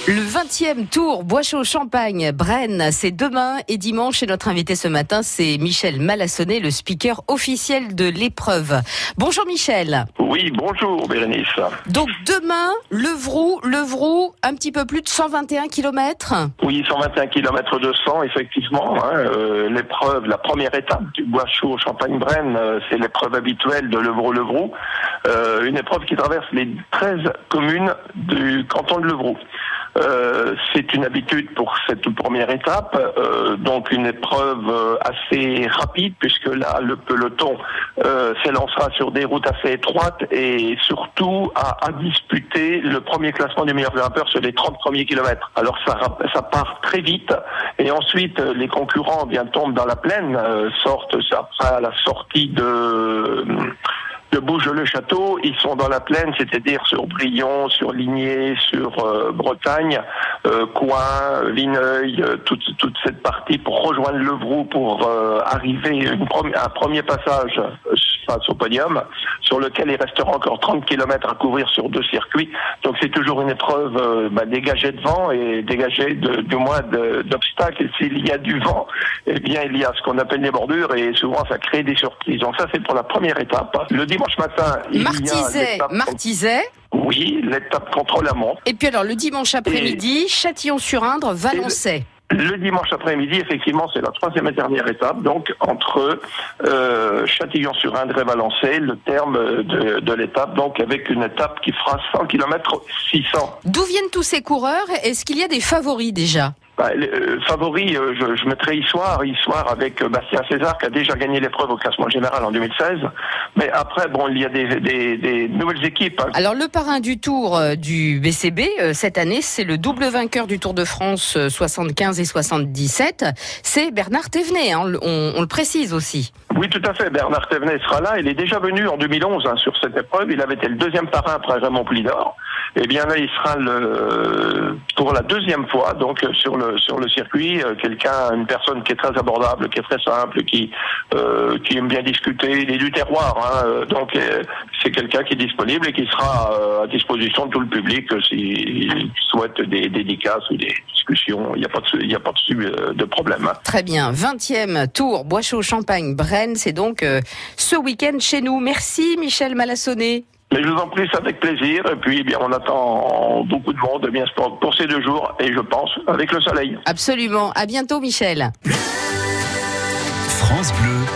Le 20e Tour Bois-Chaud-Champagne-Brenne, c'est demain et dimanche. Et notre invité ce matin, c'est Michel Malassonnet, le speaker officiel de l'épreuve. Bonjour Michel. Oui, bonjour Bérénice. Donc demain, Levroux, un petit peu plus de 121 km. Oui, 121 km de 100, effectivement. L'épreuve, la première étape du Bois-Chaud-Champagne-Brenne, c'est l'épreuve habituelle de Levroux. Une épreuve qui traverse les 13 communes du canton de Levroux. C'est une habitude pour cette première étape, donc une épreuve assez rapide puisque là le peloton s'élancera sur des routes assez étroites et surtout à disputer le premier classement du meilleur grimpeur sur les 30 premiers kilomètres. Alors ça part très vite et ensuite les concurrents tombent dans la plaine, sortent après à la sortie de Bouges-le-Château, ils sont dans la plaine, c'est-à-dire sur Brion, sur Ligné, sur Bretagne, Coin, Vineuil, toute cette partie pour rejoindre Levroux, pour arriver à un premier passage face au podium, sur lequel il restera encore 30 km à couvrir sur 2 circuits. Donc c'est toujours une épreuve dégagée de vent et dégagée du moins d'obstacles. Et s'il y a du vent, eh bien il y a ce qu'on appelle des bordures et souvent ça crée des surprises. Donc ça c'est pour la première étape. Le dimanche matin, il y a Martizet. Oui, l'étape contre la montre. Et puis alors le dimanche après-midi, Châtillon-sur-Indre, Valençay. Le dimanche après-midi, effectivement, c'est la 3e et dernière étape, donc entre Châtillon-sur-Indre et Valençay, le terme de l'étape, donc avec une étape qui fera 100 km 600. D'où viennent tous ces coureurs? Est-ce qu'il y a des favoris déjà? Favori, je mettrai Issoire avec Bastien César qui a déjà gagné l'épreuve au classement général en 2016. Mais après, il y a des nouvelles équipes. Alors le parrain du Tour du BCB cette année, c'est le double vainqueur du Tour de France 75 et 77. C'est Bernard Thévenet, on le précise aussi. Oui, tout à fait. Bernard Thévenet sera là. Il est déjà venu en 2011 sur cette épreuve. Il avait été le 2e parrain après Raymond Poulidor. Et bien là, il sera pour la 2e fois, donc sur le circuit, une personne qui est très abordable, qui est très simple, qui aime bien discuter. Il est du terroir, donc c'est quelqu'un qui est disponible et qui sera à disposition de tout le public s'il souhaite des dédicaces ou des discussions. Il n'y a pas de problème. Très bien. 20e Tour Bois-Chaud-Champagne-Brenne, c'est donc ce week-end chez nous. Merci Michel Malassonnet. Mais je vous en prie, c'est avec plaisir. Et puis, on attend beaucoup de monde, pour ces 2 jours. Et je pense, avec le soleil. Absolument. À bientôt, Michel. France Bleu.